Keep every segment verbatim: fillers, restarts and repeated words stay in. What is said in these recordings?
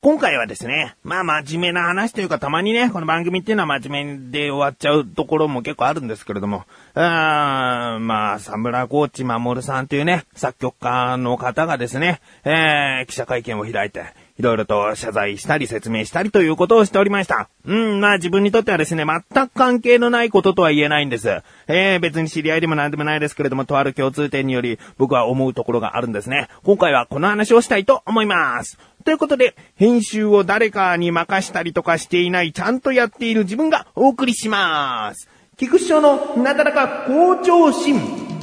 今回はですね、まあ真面目な話というか、たまにね、この番組っていうのは真面目で終わっちゃうところも結構あるんですけれども、あまあ、サムラゴーチマモルさんというね、作曲家の方がですね、えー、記者会見を開いて、いろいろと謝罪したり説明したりということをしておりました。うん、まあ自分にとってはですね、全く関係のないこととは言えないんです。えー、別に知り合いでもなんでもないですけれども、とある共通点により僕は思うところがあるんですね。今回はこの話をしたいと思います。ということで、編集を誰かに任したりとかしていない、ちゃんとやっている自分がお送りします。菊池翔のなだらか向上心。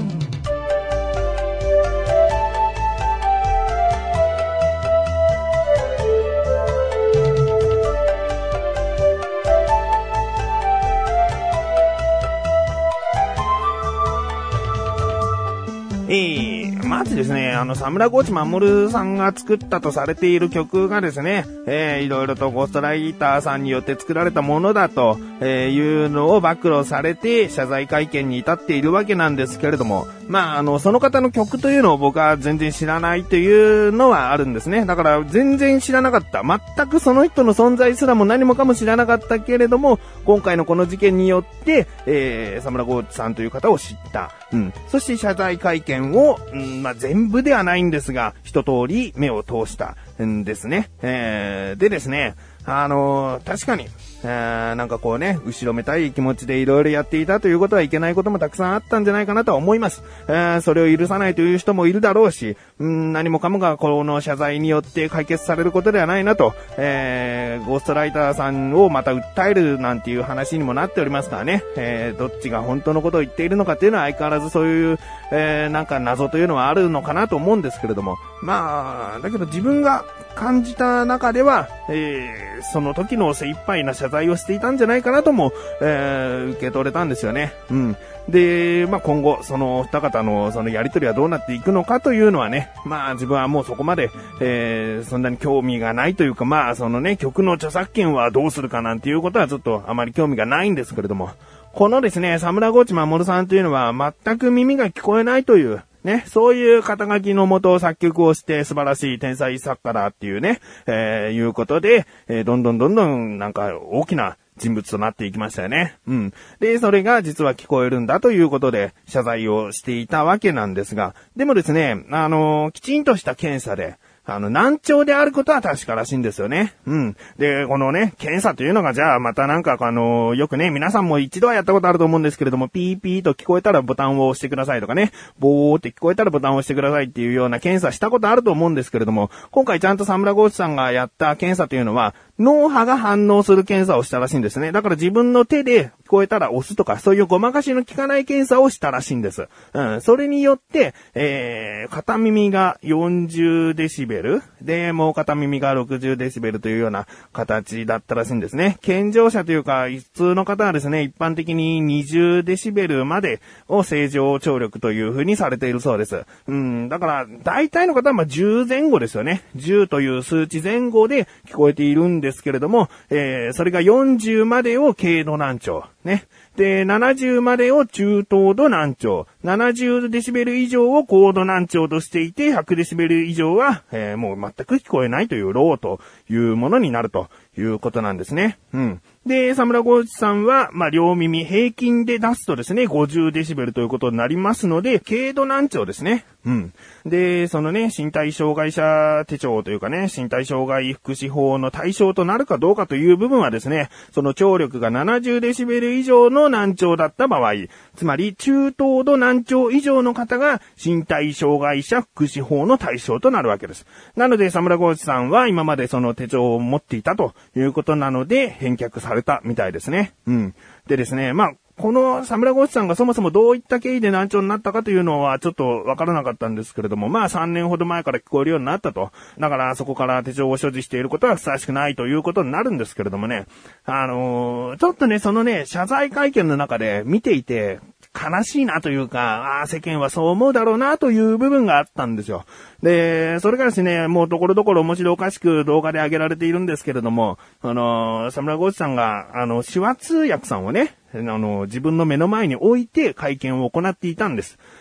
えー、まずですね、あの、サムラゴーチマモルさんが作ったとされている曲がですね、えー、いろいろとゴーストライターさんによって作られたものだと、えー、いうのを暴露されて謝罪会見に至っているわけなんですけれども、まあ、あの、その方の曲というのを僕は全然知らないというのはあるんですね。だから全然知らなかった。全くその人の存在すらも何もかも知らなかったけれども、今回のこの事件によって、えー、サムラゴーチさんという方を知った。うん。そして謝罪会見を、うん、まあ、全部ではないんですが、一通り目を通したんですね。えー、でですね、あのー、確かに、えー、なんかこうね、後ろめたい気持ちでいろいろやっていたということはいけないこともたくさんあったんじゃないかなとは思います。えー、それを許さないという人もいるだろうし、うん、何もかもがこの謝罪によって解決されることではないなと、えー、ゴーストライターさんをまた訴えるなんていう話にもなっておりますからね、えー、どっちが本当のことを言っているのかっていうのは相変わらずそういう、えー、なんか謎というのはあるのかなと思うんですけれども、まあ、だけど自分が感じた中では、えー、その時の精一杯な謝罪をしていたんじゃないかなとも、えー、受け取れたんですよね。うん。で、まあ、今後、その二方のそのやりとりはどうなっていくのかというのはね、まあ、自分はもうそこまで、えー、そんなに興味がないというか、まあ、そのね、曲の著作権はどうするかなんていうことはちょっとあまり興味がないんですけれども、このですね、サムラゴーチマモルさんというのは全く耳が聞こえないという、ね、そういう肩書きのもと作曲をして素晴らしい天才作家だっていうね、えー、いうことで、えー、どんどんどんどんなんか大きな人物となっていきましたよね。うん。で、それが実は聞こえるんだということで謝罪をしていたわけなんですが、でもですね、あのー、きちんとした検査で、あの、難聴であることは確からしいんですよね。うん。で、このね、検査というのが、じゃあ、またなんか、あの、よくね、皆さんも一度はやったことあると思うんですけれども、ピーピーと聞こえたらボタンを押してくださいとかね、ボーって聞こえたらボタンを押してくださいっていうような検査したことあると思うんですけれども、今回ちゃんとサムラゴーチさんがやった検査というのは、脳波が反応する検査をしたらしいんですね。だから自分の手で聞こえたら押すとか、そういうごまかしの効かない検査をしたらしいんです。うん。それによって、えー、片耳がよんじゅうデシベルで、もう片耳がろくじゅうデシベルというような形だったらしいんですね。健常者というか、普通の方はですね、一般的ににじゅうデシベルまでを正常聴力という風にされているそうです。うん。だから、大体の方はまあじゅう前後ですよね。じゅうという数値前後で聞こえているんですですけれども、えー、それがよんじゅうまでを軽度難聴。ね。で、ななじゅうまでを中等度難聴。ななじゅうデシベル以上を高度難聴としていて、ひゃくデシベル以上は、えー、もう全く聞こえないというローというものになるということなんですね。うん。で、サムラゴーチさんは、まあ、両耳平均で出すとですね、ごじゅうデシベルということになりますので、軽度難聴ですね。うん。で、そのね、身体障害者手帳というかね、身体障害福祉法の対象となるかどうかという部分はですね、その聴力がななじゅうデシベル以上の難聴だった場合、つまり中等度難聴以上の方が身体障害者福祉法の対象となるわけです。なので、サムラゴーチさんは今までその手帳を持っていたということなので、返却されたみたいですね。うん。でですね、まあ、このサムラゴーチさんがそもそもどういった経緯で難聴になったかというのはちょっとわからなかったんですけれども、まあさんねんほど前から聞こえるようになったと。だからそこから手帳を所持していることはふさわしくないということになるんですけれどもね。あのー、ちょっとね、そのね、謝罪会見の中で見ていて、悲しいなというか、ああ、世間はそう思うだろうなという部分があったんですよ。で、それからですね、もうところどころ面白おかしく動画で上げられているんですけれども、あの、サムラゴーチさんが、あの、手話通訳さんをね、あの、自分の目の前に置いて会見を行っていたんです。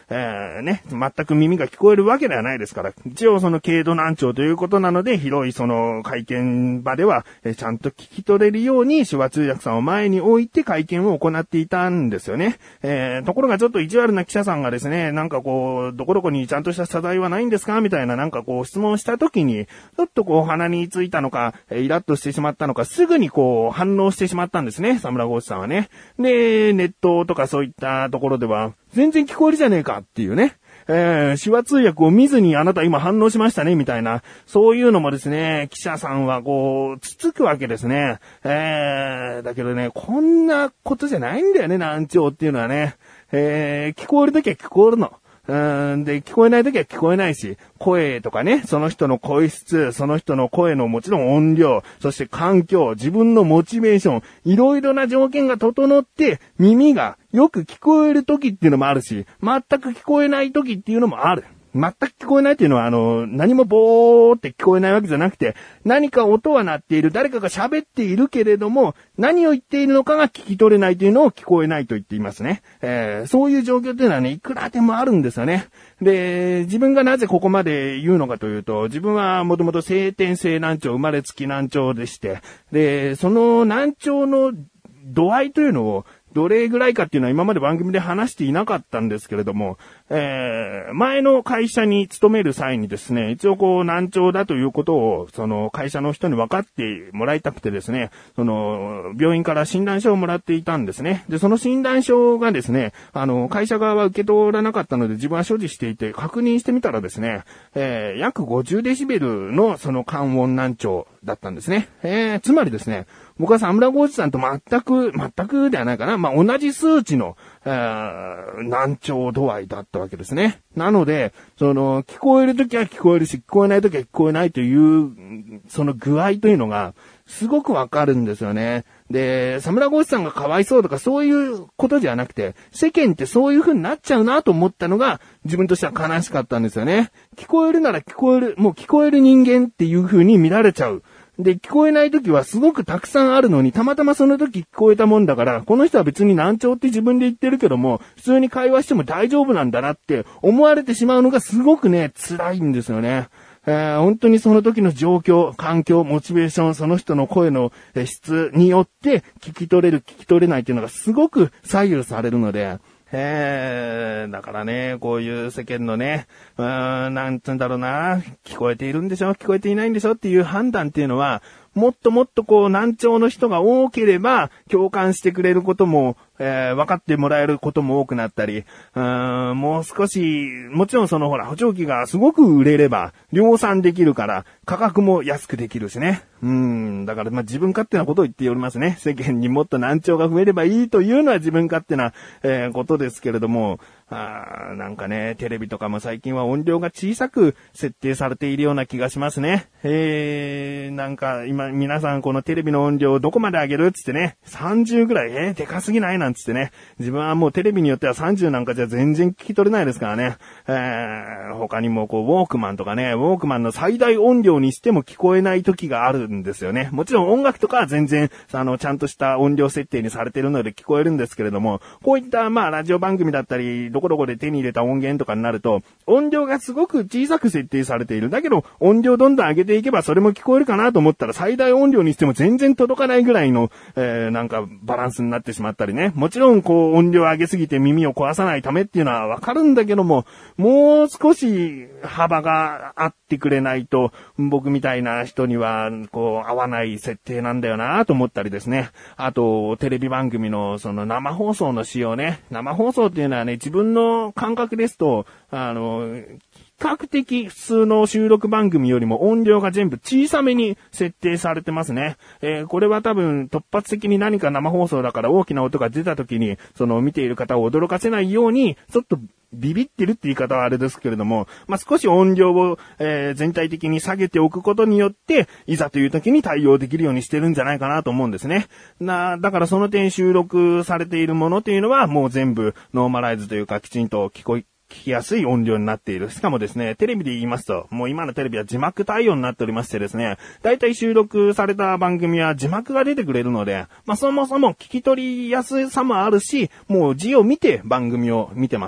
えー、ね、全く耳が聞こえるわけではないですから、一応その軽度難聴ということなので、広いその会見場では、えー、ちゃんと聞き取れるように手話通訳さんを前に置いて会見を行っていたんですよね。えー、ところがちょっと意地悪な記者さんがですね、なんかこう、どこどこにちゃんとした謝罪はないんですかみたいななんかこう質問した時に、ちょっとこう鼻についたのか、えー、イラッとしてしまったのか、すぐにこう反応してしまったんですね、サムラゴーチさんはね。で、ネットとかそういったところでは、全然聞こえるじゃねえかっていうね。えー、手話通訳を見ずにあなた今反応しましたね、みたいな。そういうのもですね、記者さんはこう、つつくわけですね。えー、だけどね、こんなことじゃないんだよね、難聴っていうのはね。えー、聞こえるときは聞こえるの。うーん、で、聞こえないときは聞こえないし、声とかね、その人の声質、その人の声のもちろん音量、そして環境、自分のモチベーション、いろいろな条件が整って、耳がよく聞こえるときっていうのもあるし、全く聞こえないときっていうのもある。全く聞こえないっていうのは、あの、何もボーって聞こえないわけじゃなくて、何か音は鳴っている、誰かが喋っているけれども、何を言っているのかが聞き取れないというのを聞こえないと言っていますね。えー、そういう状況っていうのはね、いくらでもあるんですよね。で、自分がなぜここまで言うのかというと、自分はもともと先天性難聴、生まれつき難聴でして、で、その難聴の度合いというのを、どれぐらいかっていうのは今まで番組で話していなかったんですけれども、えー、前の会社に勤める際にですね、一応こう難聴だということを、その会社の人に分かってもらいたくてですね、その病院から診断書をもらっていたんですね。で、その診断書がですね、あの、会社側は受け取らなかったので自分は所持していて確認してみたらですね、えー、約ごじゅうデシベルのその感音難聴だったんですね。えー、つまりですね、僕はサムラゴーチさんと全く、全くではないかな。まあ、同じ数値の、えー、難聴度合いだったわけですね。なので、その、聞こえるときは聞こえるし、聞こえないときは聞こえないという、その具合というのが、すごくわかるんですよね。で、サムラゴーチさんがかわいそうとかそういうことじゃなくて、世間ってそういう風になっちゃうなと思ったのが、自分としては悲しかったんですよね。聞こえるなら聞こえる、もう聞こえる人間っていう風に見られちゃう。で、聞こえない時はすごくたくさんあるのに、たまたまその時聞こえたもんだから、この人は別に難聴って自分で言ってるけども、普通に会話しても大丈夫なんだなって思われてしまうのがすごくね、辛いんですよね。えー、本当にその時の状況、環境、モチベーション、その人の声の質によって聞き取れる、聞き取れないっていうのがすごく左右されるので、えー、だからね、こういう世間のね、うーん、なんつうんだろうな、聞こえているんでしょ、聞こえていないんでしょっていう判断っていうのは、もっともっとこう難聴の人が多ければ共感してくれることも、えー、分かってもらえることも多くなったり、うーん、もう少し、もちろんそのほら補聴器がすごく売れれば量産できるから価格も安くできるしね。うーん、だからまあ自分勝手なことを言っておりますね。世間にもっと難聴が増えればいいというのは自分勝手な、えー、ことですけれども、あーなんかね、テレビとかも最近は音量が小さく設定されているような気がしますね。えー、なんか今皆さんこのテレビの音量をどこまで上げるっつってね、さんじゅうぐらい、えー、でかすぎないなんつってね、自分はもうテレビによってはさんじゅうなんかじゃ全然聞き取れないですからね。えー、他にもこうウォークマンとかね、ウォークマンの最大音量にしても聞こえない時があるんですよね。もちろん音楽とかは全然あのちゃんとした音量設定にされているので聞こえるんですけれども、こういったまあラジオ番組だったりどこどこで手に入れた音源とかになると音量がすごく小さく設定されている。だけど音量どんどん上げていけばそれも聞こえるかなと思ったら最大音量にしても全然届かないぐらいの、えー、なんかバランスになってしまったりね。もちろんこう音量上げすぎて耳を壊さないためっていうのはわかるんだけども、もう少し幅があってくれないと僕みたいな人にはこう合わない設定なんだよなと思ったりですね。あとテレビ番組のその生放送の仕様ね。生放送っていうのはね、自分の感覚ですとあの比較的普通の収録番組よりも音量が全部小さめに設定されてますね。えー、これは多分突発的に何か生放送だから大きな音が出た時にその見ている方を驚かせないようにちょっとビビってるって言い方はあれですけれども、まあ、少し音量を、えー、全体的に下げておくことによっていざという時に対応できるようにしてるんじゃないかなと思うんですね。な、だからその点収録されているものというのはもう全部ノーマライズというかきちんと聞こえ聞きやすい音量になっている。しかもですね、テレビで言いますと、もう今のテレビは字幕対応になっておりましてですね、だいたい収録された番組は字幕が出てくれるので、まあそもそも聞き取りやすさもあるし、もう字を見て番組を見てますね。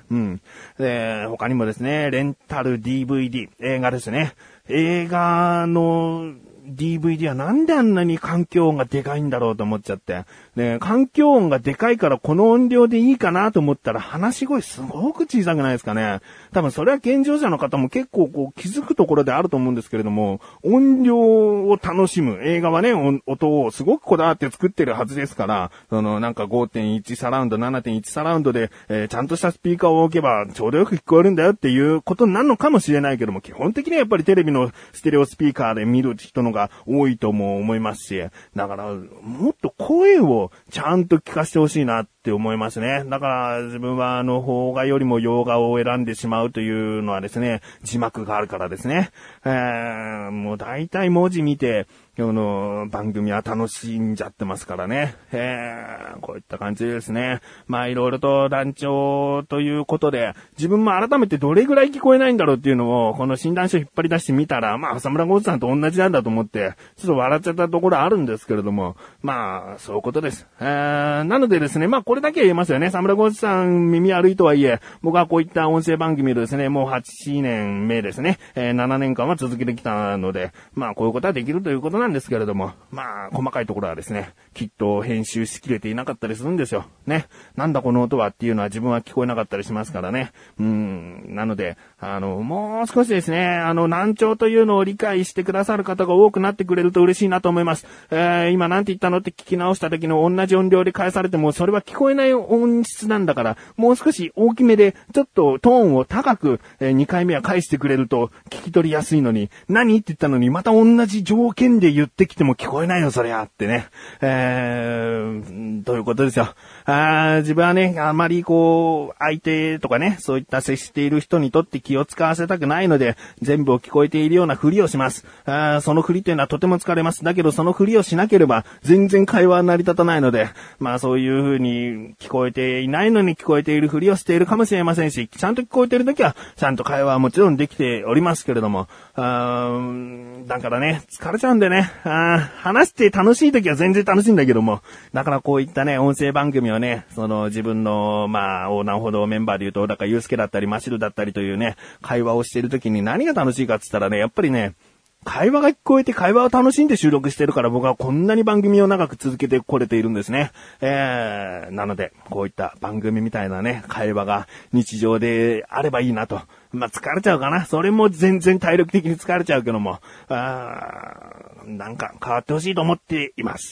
うん。で、他にもですね、レンタル ディーブイディー、映画ですね。映画の、ディーブイディー はなんであんなに環境音がでかいんだろうと思っちゃって。で、環境音がでかいからこの音量でいいかなと思ったら話し声すごく小さくないですかね。多分それは健常者の方も結構こう気づくところであると思うんですけれども、音量を楽しむ。映画はね、音をすごくこだわって作ってるはずですから、そのなんか ごてんいち サラウンド、ななてんいち サラウンドで、えー、ちゃんとしたスピーカーを置けばちょうどよく聞こえるんだよっていうことになるのかもしれないけども、基本的にはやっぱりテレビのステレオスピーカーで見る人のが多いとも思いますし、だからもっと声をちゃんと聞かせてほしいなって思いますね。だから自分はあの邦画よりも洋画を選んでしまうというのはですね、字幕があるからですね。えー、もう大体文字見て今日の番組は楽しんじゃってますからね。えー、こういった感じですね。まあいろいろと団長ということで、自分も改めてどれぐらい聞こえないんだろうっていうのを、この診断書引っ張り出してみたら、まあ浅村ゴーズさんと同じなんだと思って、ちょっと笑っちゃったところあるんですけれども、まあそういうことです。えー、なのでですね、まあこれだけは言えますよね。浅村ゴーズさん耳悪いとはいえ、僕はこういった音声番組をですね、もうはちねんめですね、えー、ななねんかんは続けてきたので、まあこういうことはできるということなんですけれども、まあ細かいところはですね、きっと編集しきれていなかったりするんですよ。ね。なんだこの音はっていうのは自分は聞こえなかったりしますからね。うーん。なので、あの、もう少しですね、あの、難聴というのを理解してくださる方が多くなってくれると嬉しいなと思います。えー、今なんて言ったのって聞き直した時の同じ音量で返されても、それは聞こえない音質なんだから、もう少し大きめで、ちょっとトーンを高く、えー、にかいめは返してくれると聞き取りやすいのに、何って言ったのにまた同じ条件で言ってきても聞こえないよ、それはってね。えー、ということですよ。あ自分はね、あまりこう、相手とかね、そういった接している人にとって気を使わせたくないので、全部を聞こえているようなふりをします。あそのふりというのはとても疲れます。だけどそのふりをしなければ、全然会話は成り立たないので、まあそういうふうに聞こえていないのに聞こえているふりをしているかもしれませんし、ちゃんと聞こえているときは、ちゃんと会話はもちろんできておりますけれども、あだからね、疲れちゃうんでね、あ話して楽しいときは全然楽しいんだけども、だからこういったね、音声番組をね、その自分の、まあ、横断歩道メンバーで言うと、小高祐介だったり、マシルだったりというね、会話をしているときに何が楽しいかって言ったらね、やっぱりね、会話が聞こえて会話を楽しんで収録してるから僕はこんなに番組を長く続けてこれているんですね。えー、なので、こういった番組みたいなね、会話が日常であればいいなと。まあ、疲れちゃうかな。それも全然体力的に疲れちゃうけども、あー、なんか変わってほしいと思っています。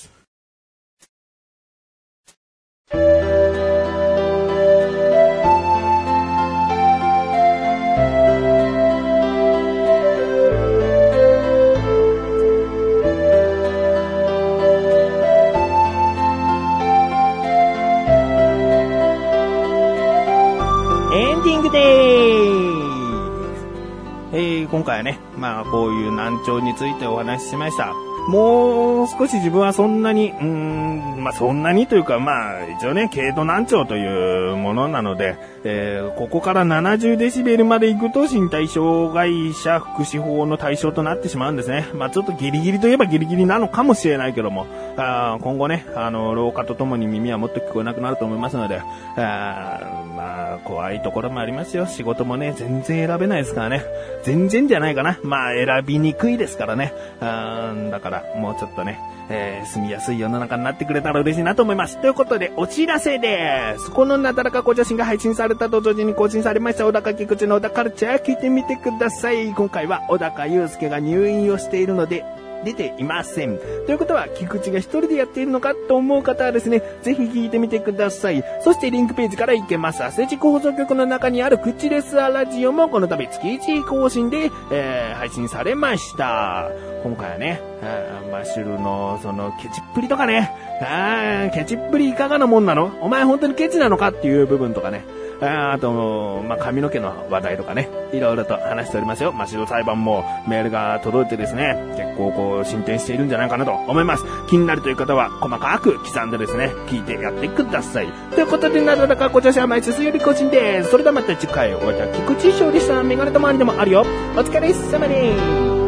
エンディングでーす。えー、今回はね、まあこういう難聴についてお話ししました。もう少し自分はそんなに、うーん、まあそんなにというか、まあ一応ね、軽度難聴というものなので、えー、ここからななじゅうデシベルまで行くと身体障害者福祉法の対象となってしまうんですね。まあちょっとギリギリといえばギリギリなのかもしれないけども、あ今後ね、あの、老化とともに耳はもっと聞こえなくなると思いますので、あまあ怖いところもありますよ。仕事もね、全然選べないですからね。全然じゃないかな。まあ選びにくいですからね。あだからもうちょっとね、えー、住みやすい世の中になってくれたら嬉しいなと思います。ということで、お知らせです。このなだらかご写真が配信されたと同時に更新されました小高菊池の小高カルチャー聞いてみてください。今回は小高祐介が入院をしているので出ていません。ということは、菊池が一人でやっているのかと思う方はですね、ぜひ聞いてみてください。そしてリンクページから行けます。アスレチック放送局の中にある口レスアラジオもこの度月いち更新で、えー、配信されました。今回はね、マッシュルのそのケチっぷりとかね、あケチっぷりいかがなもんなの？お前本当にケチなのかっていう部分とかね、あ, あと、まあ、髪の毛の話題とかね、いろいろと話しておりますよ。マシロ裁判もメールが届いてですね、結構こう進展しているんじゃないかなと思います。気になるという方は細かく刻んでですね、聞いてやってください。ということで、なだらかご調子は毎週水曜日更新です。それではまた次回、お会いいたい菊池翔でした。メガネと周りでもあるよ。お疲れ様です。